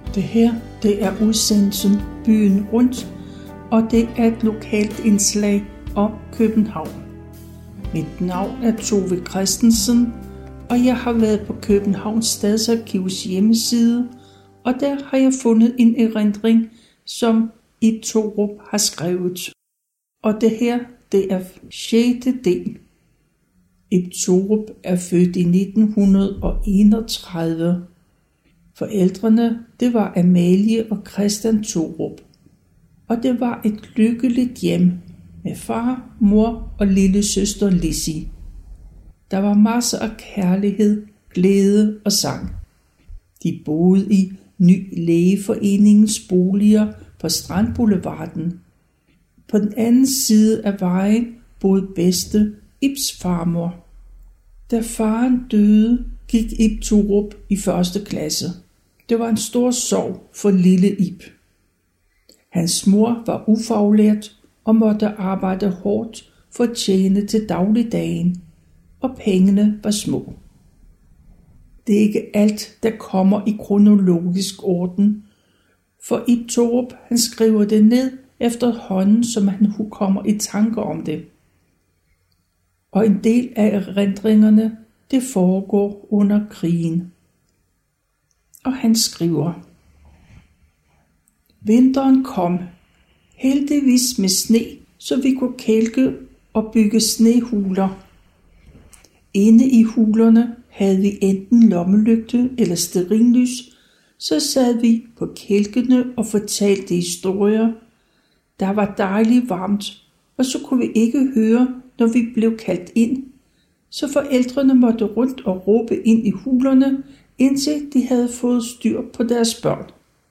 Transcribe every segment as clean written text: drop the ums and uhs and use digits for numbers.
Det her, det er udsendelsen Byen Rundt, og det er et lokalt indslag om København. Mit navn er Tove Christensen, og jeg har været på Københavns Stadsarkivs hjemmeside, og der har jeg fundet en erindring, som Ib Thorup har skrevet. Og det her, det er 6. del. Ib Thorup er født i 1931. Forældrene, det var Amalie og Christian Thorup. Og det var et lykkeligt hjem med far, mor og lille søster Lissi. Der var masser af kærlighed, glæde og sang. De boede i Ny Lægeforeningens boliger på Strandboulevarden. På den anden side af vejen boede bedste Ibs farmor. Da faren døde, gik Ib Thorup i 1. klasse. Det var en stor sorg for lille Ib. Hans mor var ufaglært og måtte arbejde hårdt for at tjene til dagligdagen, og pengene var små. Det er ikke alt, der kommer i kronologisk orden, for Ib Thorup, han skriver det ned efterhånden, som han kommer i tanker om det. Og en del af erindringerne, det foregår under krigen. Og han skriver: Vinteren kom, heldigvis med sne, så vi kunne kælke og bygge snehuler. Inde i hulerne havde vi enten lommelygte eller stearinlys, så sad vi på kælkene og fortalte historier. Der var dejligt varmt, og så kunne vi ikke høre, når vi blev kaldt ind, så forældrene måtte rundt og råbe ind i hulerne, indtil de havde fået styr på deres børn.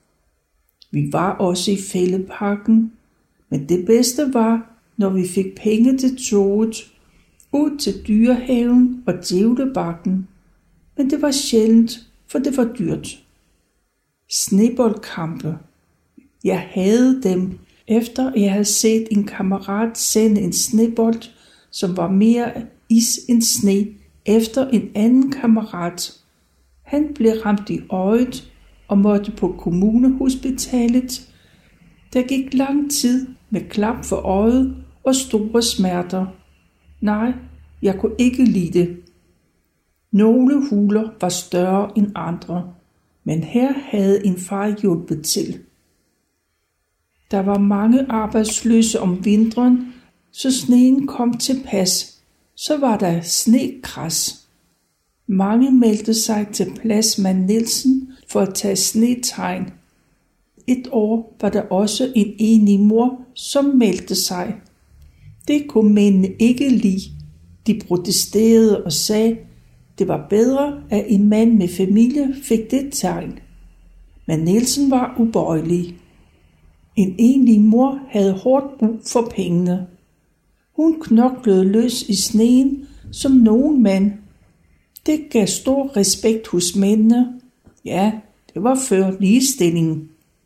Vi var også i fældeparken, men det bedste var, når vi fik penge til toget, ud til Dyrehaven og Djævlebakken, men det var sjældent, for det var dyrt. Sneboldkampe. Jeg havde dem, efter jeg havde set en kammerat sende en snebold, som var mere is end sne, efter en anden kammerat. Han blev ramt i øjet og måtte på kommunehospitalet. Der gik lang tid med klap for øjet og store smerter. Nej, jeg kunne ikke lide det. Nogle huler var større end andre, men her havde en far hjulpet til. Der var mange arbejdsløse om vinteren, så sneen kom tilpas. Så var der snekras. Mange meldte sig til Pladsmand Nielsen for at tage snetegn. Et år var der også en enig mor, som meldte sig. Det kunne mændene ikke lide. De protesterede og sagde, det var bedre, at en mand med familie fik det tegn. Men Nielsen var ubøjelig. En enlig mor havde hårdt brug for pengene. Hun knoklede løs i sneen som nogen mand. Det gav stor respekt hos mændene. Ja, det var før ligestillingen.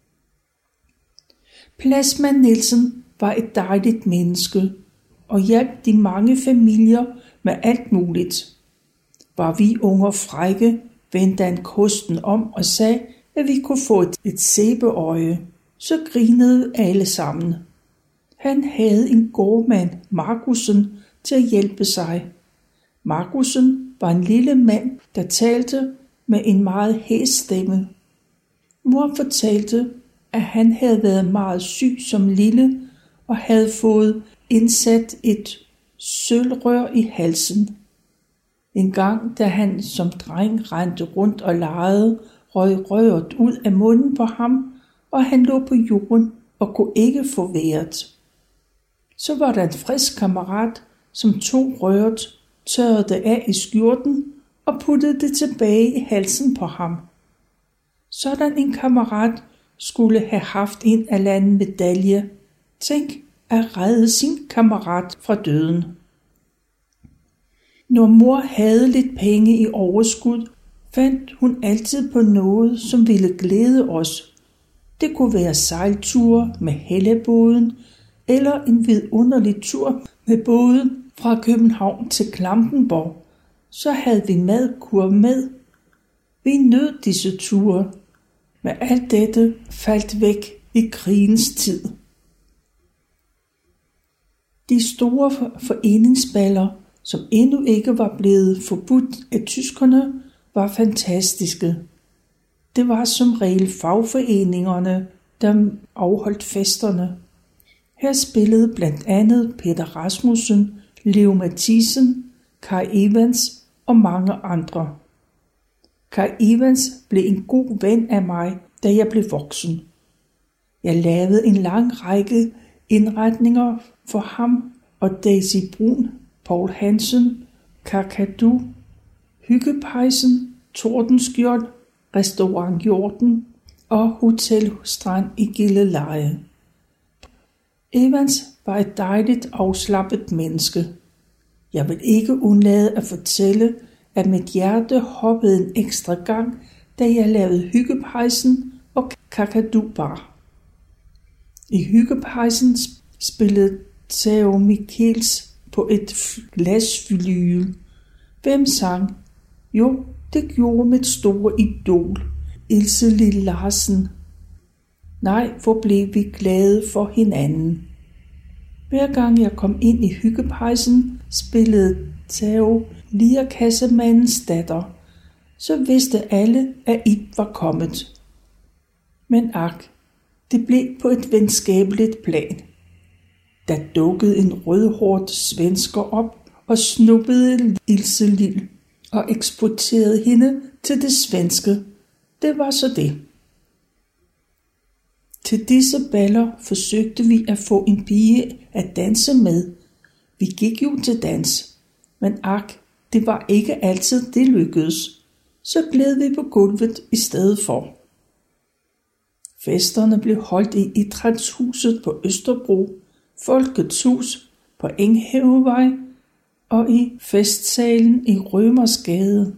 Pladsmand Nielsen var et dejligt menneske og hjalp de mange familier med alt muligt. Var vi unger frække, vendte han kosten om og sagde, at vi kunne få et sæbeøje. Så grinede alle sammen. Han havde en gårdmand, Markusen, til at hjælpe sig. Markusen var en lille mand, der talte med en meget hæs stemme. Mor fortalte, at han havde været meget syg som lille og havde fået indsat et sølvrør i halsen. En gang, da han som dreng rendte rundt og legede, røg røret ud af munden på ham, og han lå på jorden og kunne ikke få vejret. Så var der en frisk kammerat, som tog røret, tørrede det af i skjorten og puttede det tilbage i halsen på ham. Sådan en kammerat skulle have haft en eller anden medalje. Tænk at redde sin kammerat fra døden. Når mor havde lidt penge i overskud, fandt hun altid på noget, som ville glæde os. Det kunne være sejlture med hellebåden, eller en vidunderlig tur med båden fra København til Klampenborg. Så havde vi madkurv med. Vi nød disse ture. Men alt dette faldt væk i krigens tid. De store foreningsballer, som endnu ikke var blevet forbudt af tyskerne, var fantastiske. Det var som regel fagforeningerne, der afholdt festerne. Her spillede blandt andet Peter Rasmussen, Leo Mathisen, Kai Evans og mange andre. Kai Evans blev en god ven af mig, da jeg blev voksen. Jeg lavede en lang række indretninger for ham og Daisy Brun, Paul Hansen, Kakadu, Hyggepejsen, Tordenskjold, Restaurant Hjorten og Hotel Strand i Gilleleje. Evans var et dejligt afslappet menneske. Jeg vil ikke undlade at fortælle, at mit hjerte hoppede en ekstra gang, da jeg lavede Hyggepejsen og Kakadu Bar. I Hyggepejsen spillede Theo Michels på et glasflyl. Hvem sang? Jo, det gjorde mit store idol, Ilse Lille Larsen. Nej, hvor blev vi glade for hinanden. Hver gang jeg kom ind i Hyggepejsen, spillede Theo Lierkassemandens datter, så vidste alle, at Ib var kommet. Men ak, det blev på et venskabeligt plan. Der dukkede en rødhåret svensker op og snuppede Ilse Lille og eksporterede hende til det svenske. Det var så det. Til disse baller forsøgte vi at få en pige at danse med. Vi gik jo til dans, men ak, det var ikke altid det lykkedes. Så gled vi på gulvet i stedet for. Festerne blev holdt i Idrætshuset på Østerbro, Folkets Hus på Enghavevej og i festsalen i Rømersgade.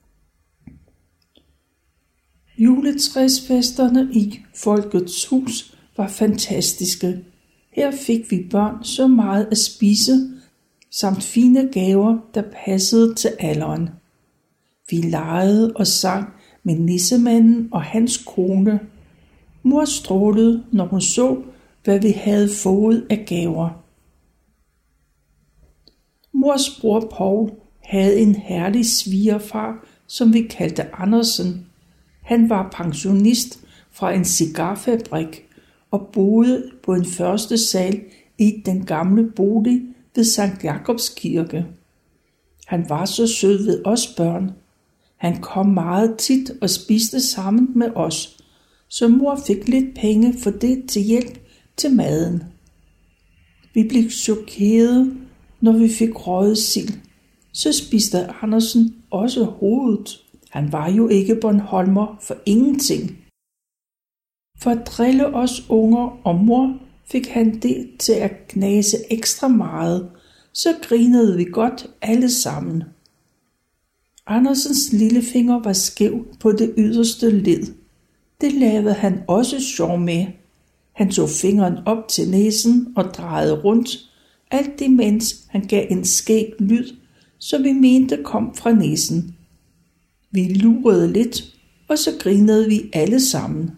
Juletræsfesterne i Folkets Hus var fantastiske. Her fik vi børn så meget at spise, samt fine gaver, der passede til alderen. Vi legede og sang med nissemanden og hans kone. Mor strålede, når hun så, hvad vi havde fået af gaver. Mors bror Paul havde en herlig svigerfar, som vi kaldte Andersen. Han var pensionist fra en cigarfabrik og boede på en første sal i den gamle bolig ved Sankt Jakobs Kirke. Han var så sød ved os børn. Han kom meget tit og spiste sammen med os, så mor fik lidt penge for det til hjælp til maden. Vi blev chokerede, når vi fik røget sild. Så spiste Andersen også hovedet. Han var jo ikke bornholmer for ingenting. For at drille os unger og mor fik han det til at knase ekstra meget, så grinede vi godt alle sammen. Andersens lillefinger var skæv på det yderste led. Det lavede han også sjov med. Han tog fingeren op til næsen og drejede rundt, alt imens han gav en skæg lyd, som vi mente kom fra næsen. Vi lurede lidt, og så grinede vi alle sammen.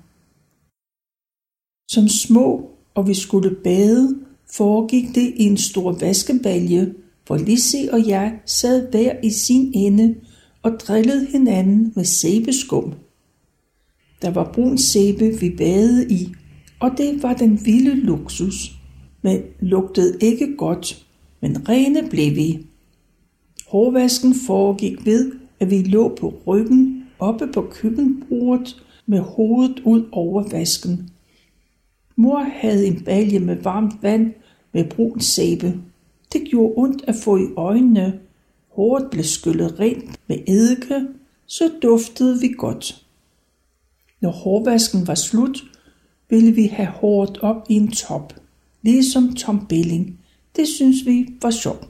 Som små, og vi skulle bade, foregik det i en stor vaskebalje, hvor Lissi og jeg sad hver i sin ende og drillede hinanden med sæbeskum. Der var brun sæbe, vi badede i, og det var den vilde luksus, men lugtede ikke godt, men rene blev vi. Hårvasken foregik ved, at vi lå på ryggen oppe på køkkenbordet med hovedet ud over vasken. Mor havde en balje med varmt vand med brun sæbe. Det gjorde ondt at få i øjnene. Håret blev skyllet rent med eddike, så duftede vi godt. Når hårvasken var slut, ville vi have håret op i en top, ligesom Tom Belling. Det synes vi var sjovt.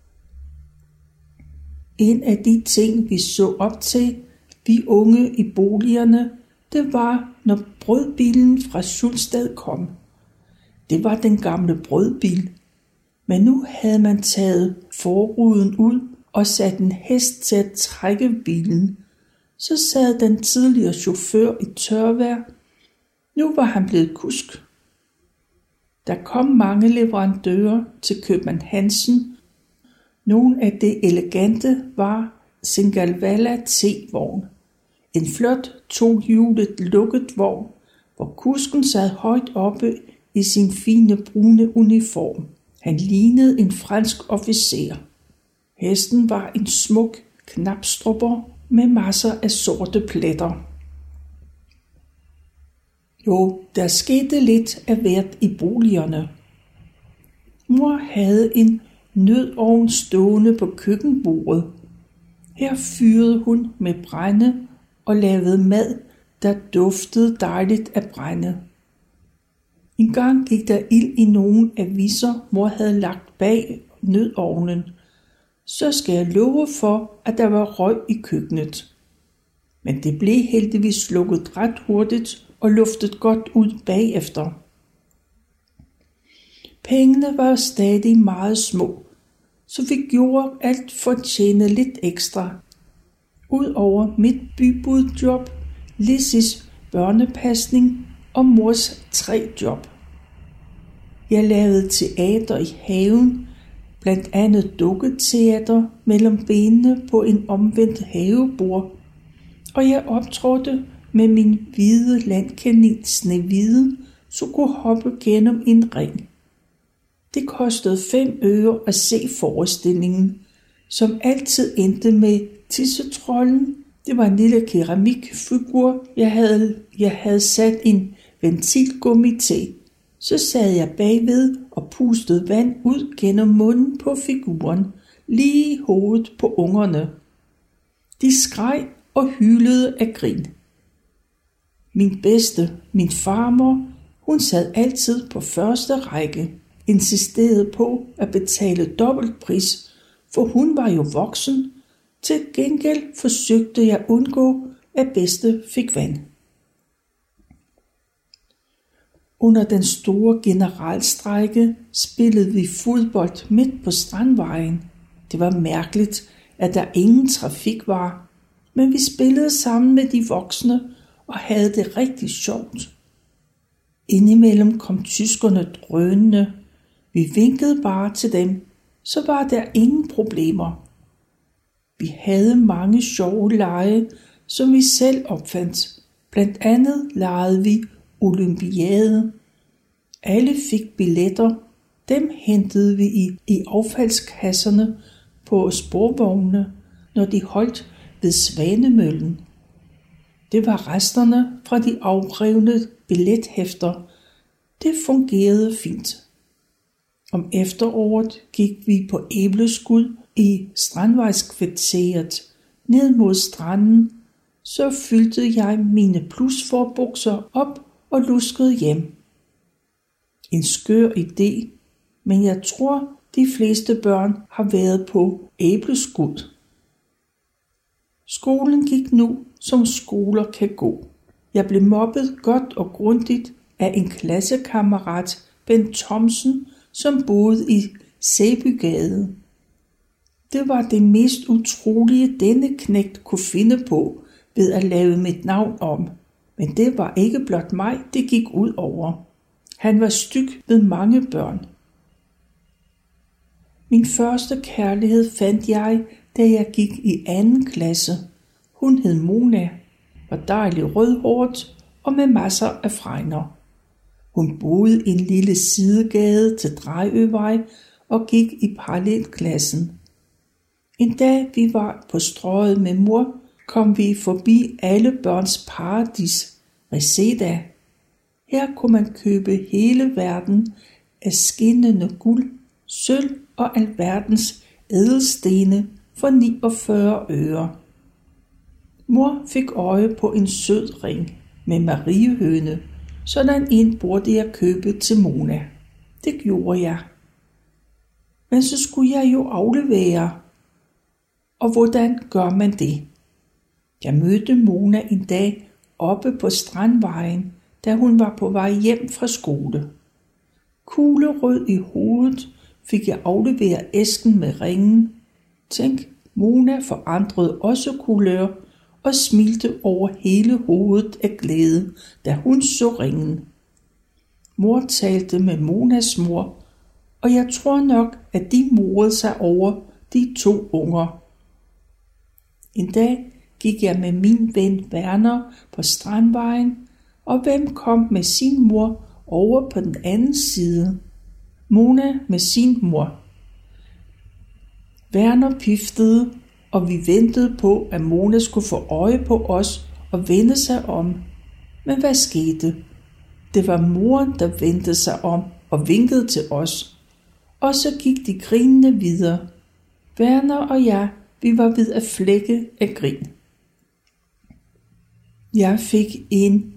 En af de ting, vi så op til, vi unge i boligerne, det var, når brødbilen fra Sulstad kom. Det var den gamle brødbil, men nu havde man taget forruden ud og sat en hest til at trække bilen. Så sad den tidligere chauffør i tørvejr. Nu var han blevet kusk. Der kom mange leverandører til købmand Hansen. Nogle af det elegante var Singalwala T-vogn. En flot tohjulet lukket vogn, hvor kusken sad højt oppe i sin fine brune uniform. Han lignede en fransk officer. Hesten var en smuk knapstrupper med masser af sorte pletter. Jo, der skete lidt af hvert i boligerne. Mor havde en nødovn stående på køkkenbordet. Her fyrede hun med brænde og lavede mad, der duftede dejligt af brænde. En gang gik der ild i nogle aviser, mor havde lagt bag nødovnen. Så skal jeg love for, at der var røg i køkkenet. Men det blev heldigvis slukket ret hurtigt og luftet godt ud bagefter. Pengene var stadig meget små, så vi gjorde alt for at tjene lidt ekstra. Udover mit bybudjob, Lissis børnepasning og mors 3 job. Jeg lavede teater i haven, blandt andet dukketeater mellem benene på en omvendt havebord, og jeg optrådte med min hvide landkanin Snehvide, som kunne hoppe gennem en ring. Det kostede 5 øre at se forestillingen, som altid endte med tissetrolden. Det var en lille keramikfigur, jeg havde sat en ventilgummi til. Så sad jeg bagved og pustede vand ud gennem munden på figuren, lige i hovedet på ungerne. De skreg og hylede af grin. Min farmor, hun sad altid på første række, insisterede på at betale dobbelt pris, for hun var jo voksen. Til gengæld forsøgte jeg undgå, at bedste fik vand. Under den store generalstrejke spillede vi fodbold midt på Strandvejen. Det var mærkeligt, at der ingen trafik var, men vi spillede sammen med de voksne og havde det rigtig sjovt. Indimellem kom tyskerne drønende. Vi vinkede bare til dem, så var der ingen problemer. Vi havde mange sjove lege, som vi selv opfandt. Blandt andet legede vi olympiade. Alle fik billetter. Dem hentede vi i affaldskasserne på sporvognene, når de holdt ved Svanemøllen. Det var resterne fra de afrevne billethæfter. Det fungerede fint. Om efteråret gik vi på æbleskud i Strandvejskvarteret ned mod stranden. Så fyldte jeg mine plusforbukser op og luskede hjem. En skør idé, men jeg tror, de fleste børn har været på æbleskud. Skolen gik nu, som skoler kan gå. Jeg blev mobbet godt og grundigt af en klassekammerat, Bent Thomsen, som boede i Sæbygade. Det var det mest utrolige, denne knægt kunne finde på ved at lave mit navn om. Men det var ikke blot mig, det gik ud over. Han var styg ved mange børn. Min første kærlighed fandt jeg, da jeg gik i 2. klasse. Hun hed Mona, var dejlig rødhåret og med masser af fregner. Hun boede i en lille sidegade til Drejøvej og gik i parallelklassen. En dag vi var på Strøget med mor, kom vi forbi alle børns paradis, Reseda. Her kunne man købe hele verden af skinnende guld, sølv og alverdens ædelstene for 49 øre. Mor fik øje på en sød ring med mariehøne. Sådan en burde jeg købe til Mona. Det gjorde jeg. Men så skulle jeg jo aflevere. Og hvordan gør man det? Jeg mødte Mona en dag oppe på Strandvejen, da hun var på vej hjem fra skole. Kuglerød i hovedet fik jeg afleveret æsken med ringen. Tænk, Mona forandrede også kulør og smilte over hele hovedet af glæde, da hun så ringen. Mor talte med Monas mor, og jeg tror nok, at de morede sig over de 2 unger. En dag gik jeg med min ven Werner på Strandvejen, og hvem kom med sin mor over på den anden side? Mona med sin mor. Werner piftede, og vi ventede på, at Mona skulle få øje på os og vende sig om. Men hvad skete? Det var moren, der vendte sig om og vinkede til os. Og så gik de grinende videre. Werner og jeg, vi var ved at flække af grin. Jeg fik en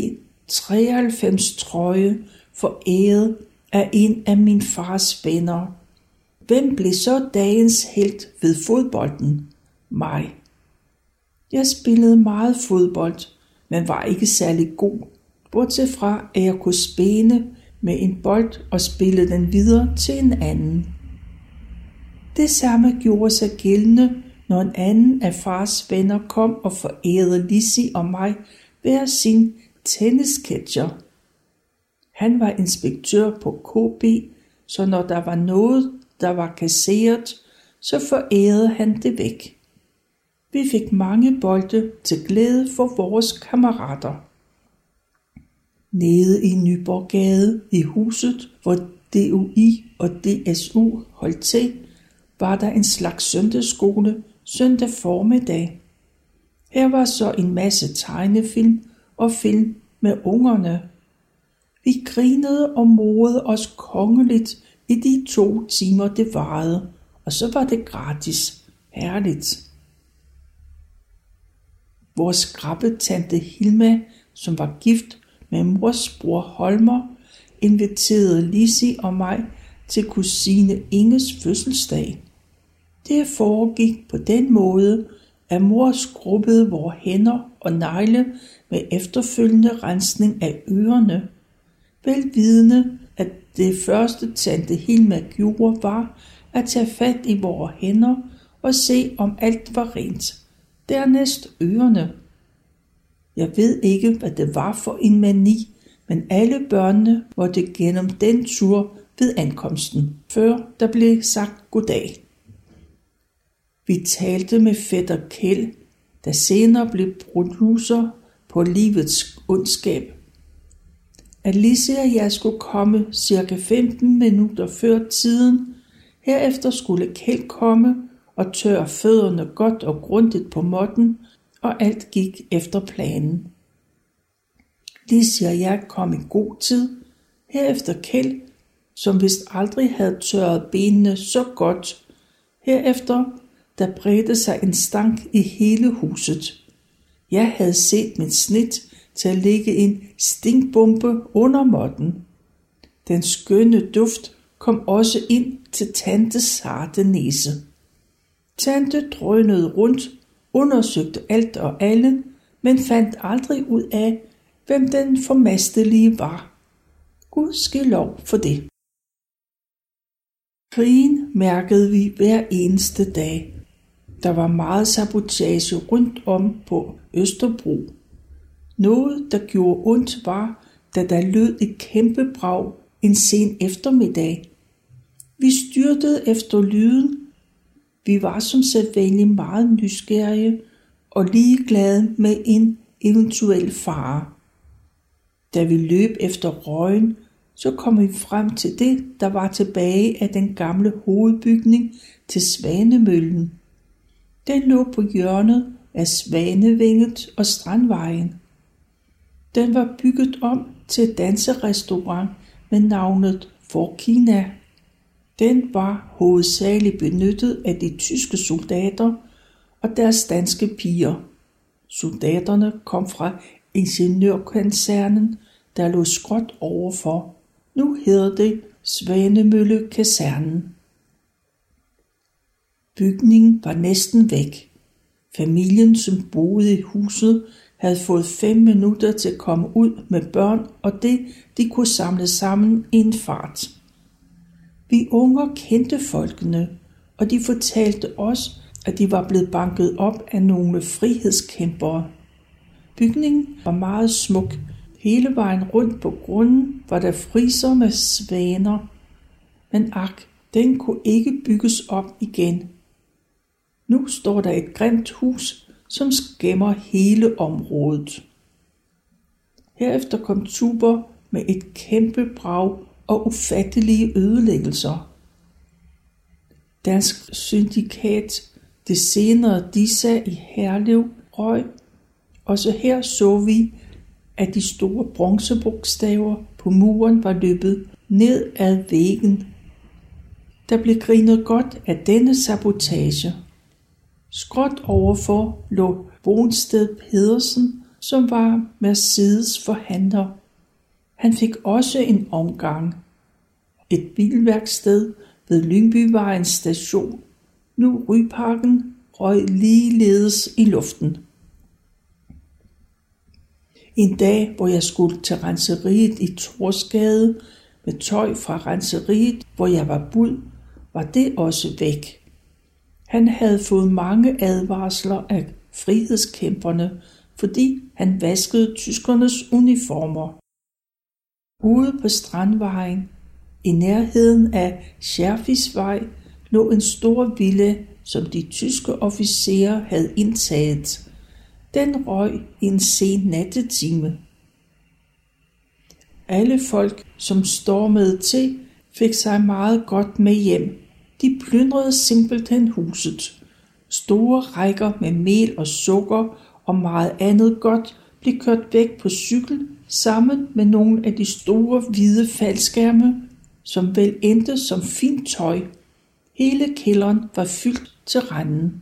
B93 trøje foræret af en af min fars venner. Hvem blev så dagens helt ved fodbolden? Mig. Jeg spillede meget fodbold, men var ikke særlig god, bortset fra at jeg kunne spæne med en bold og spille den videre til en anden. Det samme gjorde sig gældende, når en anden af fars venner kom og forærede Lissi og mig hver sin tennisketcher. Han var inspektør på KB, så når der var noget, der var kasseret, så forærede han det væk. Vi fik mange bolde til glæde for vores kammerater. Nede i Nyborggade i huset, hvor DUI og DSU holdt til, var der en slags søndagsskole søndag formiddag. Her var så en masse tegnefilm og film med ungerne. Vi grinede og morede os kongeligt i de 2 timer det varede, og så var det gratis. Herligt. Vores skrabbetante Hilma, som var gift med mors bror Holmer, inviterede Lissi og mig til kusine Inges fødselsdag. Det foregik på den måde, at mor skrubbede vores hænder og negle med efterfølgende rensning af ørerne. Velvidende, at det første tante Hilma gjorde, var at tage fat i vores hænder og se, om alt var rent. Dernæst ørerne. Jeg ved ikke, hvad det var for en mani, men alle børnene måtte gennem den tur ved ankomsten, før der blev sagt goddag. Vi talte med fætter Kjeld, der senere blev producer på Livets Ondskab. At Lissi og jeg skulle komme cirka 15 minutter før tiden. Herefter skulle Kjeld komme og tørre fødderne godt og grundigt på måtten, og alt gik efter planen. Lissi og jeg kom i god tid. Herefter Kjeld, som vist aldrig havde tørret benene så godt. Herefter der bredte sig en stank i hele huset. Jeg havde set mit snit til at lægge en stinkbombe under måtten. Den skønne duft kom også ind til tantes sarte næse. Tante drønede rundt, undersøgte alt og alle, men fandt aldrig ud af, hvem den formastelige var. Gudskelov for det. Krigen mærkede vi hver eneste dag. Der var meget sabotage rundt om på Østerbro. Noget, der gjorde ondt, var, da der lød et kæmpe brag en sen eftermiddag. Vi styrtede efter lyden. Vi var som sædvanligt meget nysgerrige og ligeglade med en eventuel fare. Da vi løb efter røgen, så kom vi frem til det, der var tilbage af den gamle hovedbygning til Svanemøllen. Den lå på hjørnet af Svanevænget og Strandvejen. Den var bygget om til danserestaurant med navnet Forkina. Den var hovedsageligt benyttet af de tyske soldater og deres danske piger. Soldaterne kom fra ingeniørkoncernen, der lå skråt overfor. Nu hedder det Svanemølle-kasernen. Bygningen var næsten væk. Familien, som boede i huset, havde fået 5 minutter til at komme ud med børn og det, de kunne samle sammen i en fart. Vi unger kendte folkene, og de fortalte os, at de var blevet banket op af nogle frihedskæmpere. Bygningen var meget smuk. Hele vejen rundt på grunden var der friser med svaner. Men den kunne ikke bygges op igen. Nu står der et grimt hus, som skæmmer hele området. Herefter kom Tuber med et kæmpe brag og ufattelige ødelæggelser. Dansk Syndikat, det senere DISA i Herlev, røg. Også her så vi, at de store bronzebogstaver på muren var løbet ned ad væggen. Der blev grinet godt af denne sabotage. Skråt overfor lå Bonsted Pedersen, som var Mercedes forhandler. Han fik også en omgang. Et bilværksted ved Lyngbyvejens station, nu Ryparken, røg ligeledes i luften. En dag, hvor jeg skulle til renseriet i Torsgade med tøj fra renseriet, hvor jeg var bud, var det også væk. Han havde fået mange advarsler af frihedskæmperne, fordi han vaskede tyskernes uniformer. Ude på Strandvejen, i nærheden af Scherfisvej, lå en stor villa, som de tyske officerer havde indtaget. Den røg i en sen nattetime. Alle folk, som stormede til, fik sig meget godt med hjem. De plyndrede simpelthen huset. Store rækker med mel og sukker og meget andet godt blev kørt væk på cykel sammen med nogle af de store hvide faldskærme, som vel endte som fint tøj. Hele kælderen var fyldt til randen.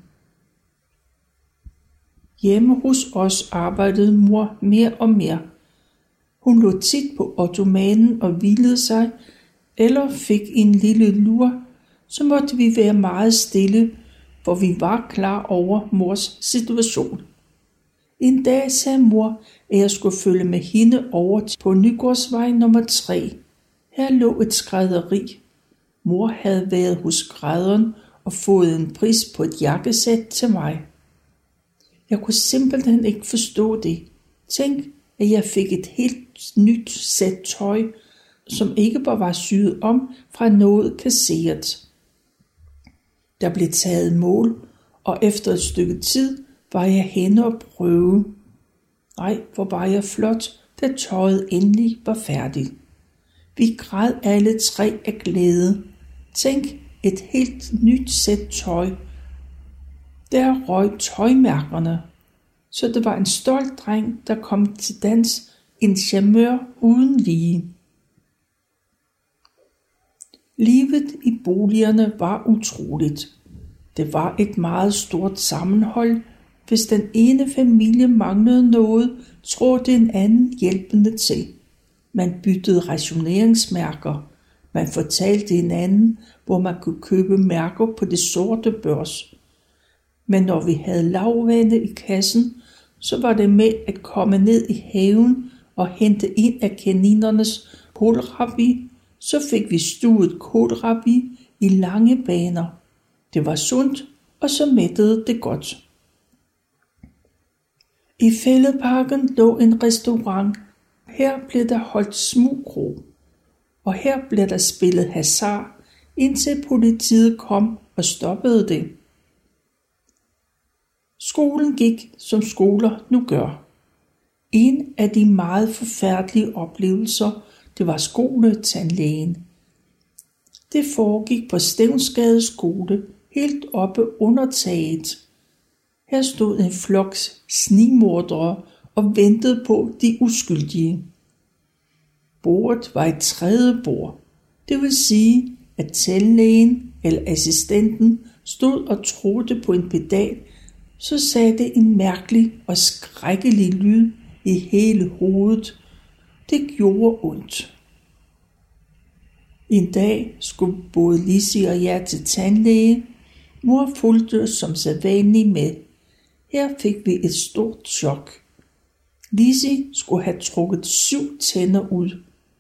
Hjemme hos os arbejdede mor mere og mere. Hun lå tit på ottomanen og hvilede sig, eller fik en lille lur, så måtte vi være meget stille, for vi var klar over mors situation. En dag sagde mor, at jeg skulle følge med hende over på Nygårdsvej nummer 3. Her lå et skrædderi. Mor havde været hos skrædderen og fået en pris på et jakkesæt til mig. Jeg kunne simpelthen ikke forstå det. Tænk, at jeg fik et helt nyt sæt tøj, som ikke bare var syet om fra noget kasseret. Der blev taget mål, og efter et stykke tid var jeg henne og prøve. Nej, hvor var jeg flot, da tøjet endelig var færdigt. Vi græd alle 3 af glæde. Tænk, et helt nyt sæt tøj. Der røg tøjmærkerne. Så det var en stolt dreng, der kom til dans, en charmeur uden lige. Livet i boligerne var utroligt. Det var et meget stort sammenhold. Hvis den ene familie manglede noget, trådte en anden hjælpende til. Man byttede rationeringsmærker. Man fortalte hinanden, hvor man kunne købe mærker på det sorte børs. Men når vi havde lavvande i kassen, så var det med at komme ned i haven og hente en af kaninernes kålrabi. Så fik vi stuet kålrabi i lange baner. Det var sundt, og så mættede det godt. I Fælledparken lå en restaurant. Her blev der holdt smugkro, og her blev der spillet hasard, indtil politiet kom og stoppede det. Skolen gik, som skoler nu gør. En af de meget forfærdelige oplevelser, det var skoletandlægen. Det foregik på Stevnsgade skole, helt oppe under taget. Her stod en flok snigmordere og ventede på de uskyldige. Bordet var et tredje bord. Det vil sige, at tandlægen eller assistenten stod og trådte på en pedal, så sagde det en mærkelig og skrækkelig lyd i hele hovedet. Det gjorde ondt. En dag skulle både Lizzie og jeg til tandlæge. Mor fulgte som sædvanlig med. Her fik vi et stort chok. Lizzie skulle have trukket 7 tænder ud,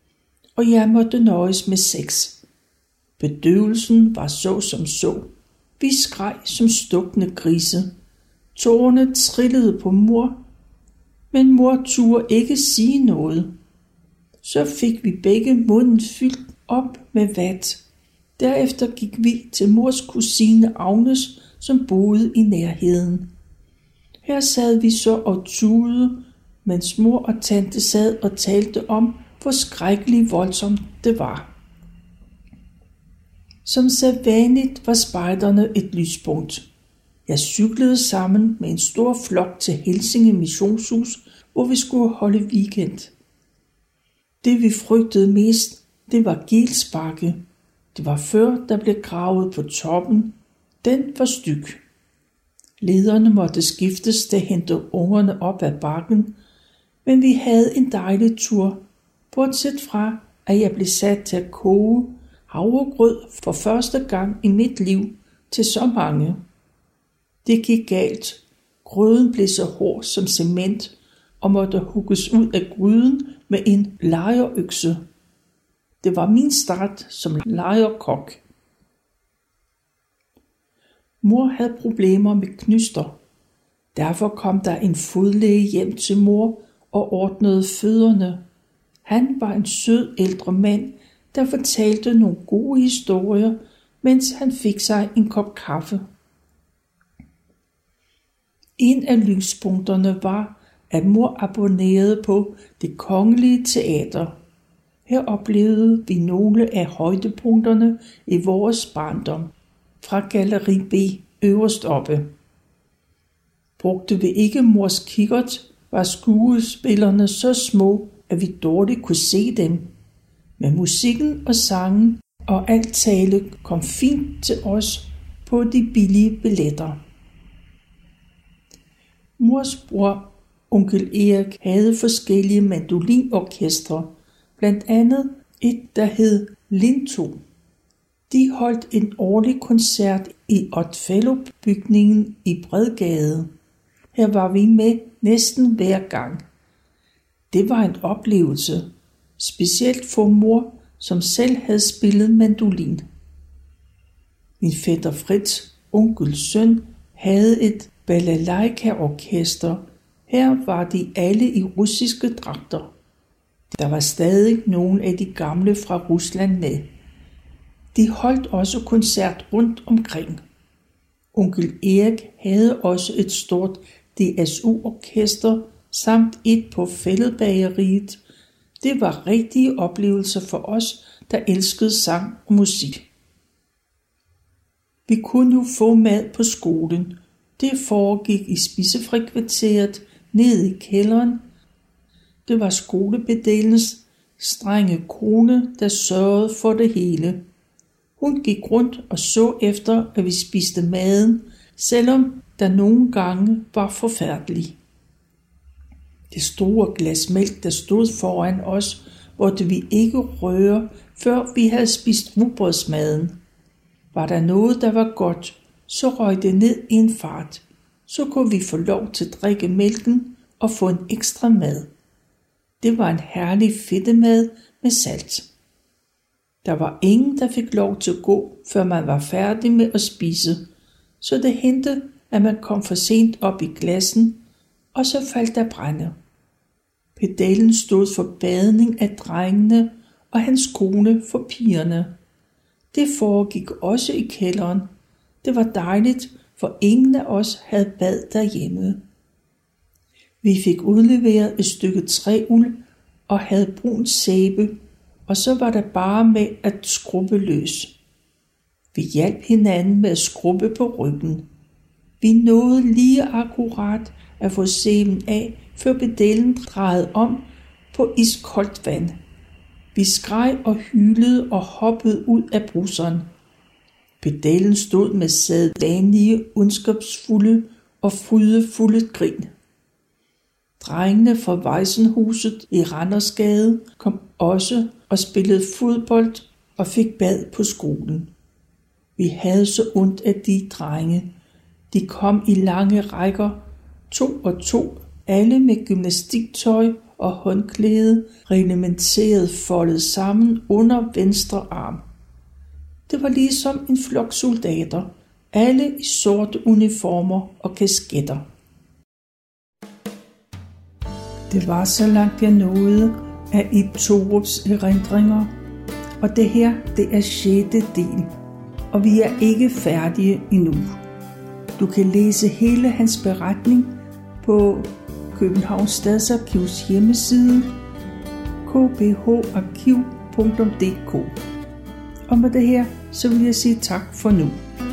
og jeg måtte nøjes med 6. Bedøvelsen var så som så. Vi skreg som stukne grise. Tårerne trillede på mor, men mor turde ikke sige noget. Så fik vi begge munden fyldt op med vat. Derefter gik vi til mors kusine Agnes, som boede i nærheden. Her sad vi så og tudede, mens mor og tante sad og talte om, hvor skrækkeligt voldsomt det var. Som sædvanligt var spejderne et lyspunkt. Jeg cyklede sammen med en stor flok til Helsinge Missionshus, hvor vi skulle holde weekend. Det vi frygtede mest, det var Gilsbakke. Det var før, der blev gravet på toppen. Den var styg. Lederne måtte skiftes til at hente ungerne op ad bakken, men vi havde en dejlig tur, bortset fra, at jeg blev sat til at koge havregrød for første gang i mit liv til så mange. Det gik galt. Grøden blev så hård som cement og måtte hugges ud af gryden med en lejerøkse. Det var min start som lejerkok. Mor havde problemer med knyster. Derfor kom der en fodlæge hjem til mor og ordnede fødderne. Han var en sød ældre mand, der fortalte nogle gode historier, mens han fik sig en kop kaffe. En af lyspunkterne var, at mor abonnerede på Det Kongelige Teater. Her oplevede vi nogle af højdepunkterne i vores barndom, fra Galleri B øverst oppe. Brugte vi ikke mors kikkert, var skuespillerne så små, at vi dårligt kunne se dem. Men musikken og sangen og alt tale kom fint til os på de billige billetter. Mors bror, onkel Erik, havde forskellige mandolinorkestre, blandt andet et, der hed Linto. De holdt en årlig koncert i Otfello-bygningen i Bredgade. Her var vi med næsten hver gang. Det var en oplevelse, specielt for mor, som selv havde spillet mandolin. Min fætter Fritz, onkels søn, havde et balalaika-orkester. Her var de alle i russiske dragter. Der var stadig nogle af de gamle fra Rusland med. De holdt også koncert rundt omkring. Onkel Erik havde også et stort DSU-orkester samt et på Fælledbageriet. Det var rigtige oplevelser for os, der elskede sang og musik. Vi kunne jo få mad på skolen. Det foregik i spisefrikvarteret nede i kælderen. Det var skolebedelens strenge kone, der sørgede for det hele. Hun gik rundt og så efter, at vi spiste maden, selvom der nogle gange var forfærdeligt. Det store glas mælk, der stod foran os, måtte vi ikke røre, før vi havde spist rugbrødsmaden. Var der noget, der var godt, så røg det ned i en fart. Så kunne vi få lov til at drikke mælken og få en ekstra mad. Det var en herlig fedtemad med salt. Der var ingen, der fik lov til at gå, før man var færdig med at spise, så det hentede, at man kom for sent op i klassen, og så faldt der brænde. Pedalen stod for badning af drengene, og hans kone for pigerne. Det foregik også i kælderen. Det var dejligt, for ingen af os havde bad derhjemme. Vi fik udleveret et stykke træuld og havde brun sæbe, og så var der bare med at skrubbe løs. Vi hjalp hinanden med at skrubbe på ryggen. Vi nåede lige akkurat at få sæben af, før pedellen drejede om på iskoldt vand. Vi skreg og hylede og hoppede ud af bruseren. Pedellen stod med sædvanlige, ondskabsfulde og frydefulde grin. Drengene fra Vejsenhuset i Randersgade kom også og spillede fodbold og fik bad på skolen. Vi havde så ondt af de drenge. De kom i lange rækker, 2 og 2, alle med gymnastiktøj og håndklæde, reglementeret foldet sammen under venstre arm. Det var ligesom en flok soldater, alle i sorte uniformer og kasketter. Det var så langt jeg nåede af Ib Thorups erindringer, og det her, det er 6. del, og vi er ikke færdige endnu. Du kan læse hele hans beretning på Københavns Stadsarkivs hjemmeside kbharkiv.dk. Og med det her, så vil jeg sige tak for nu.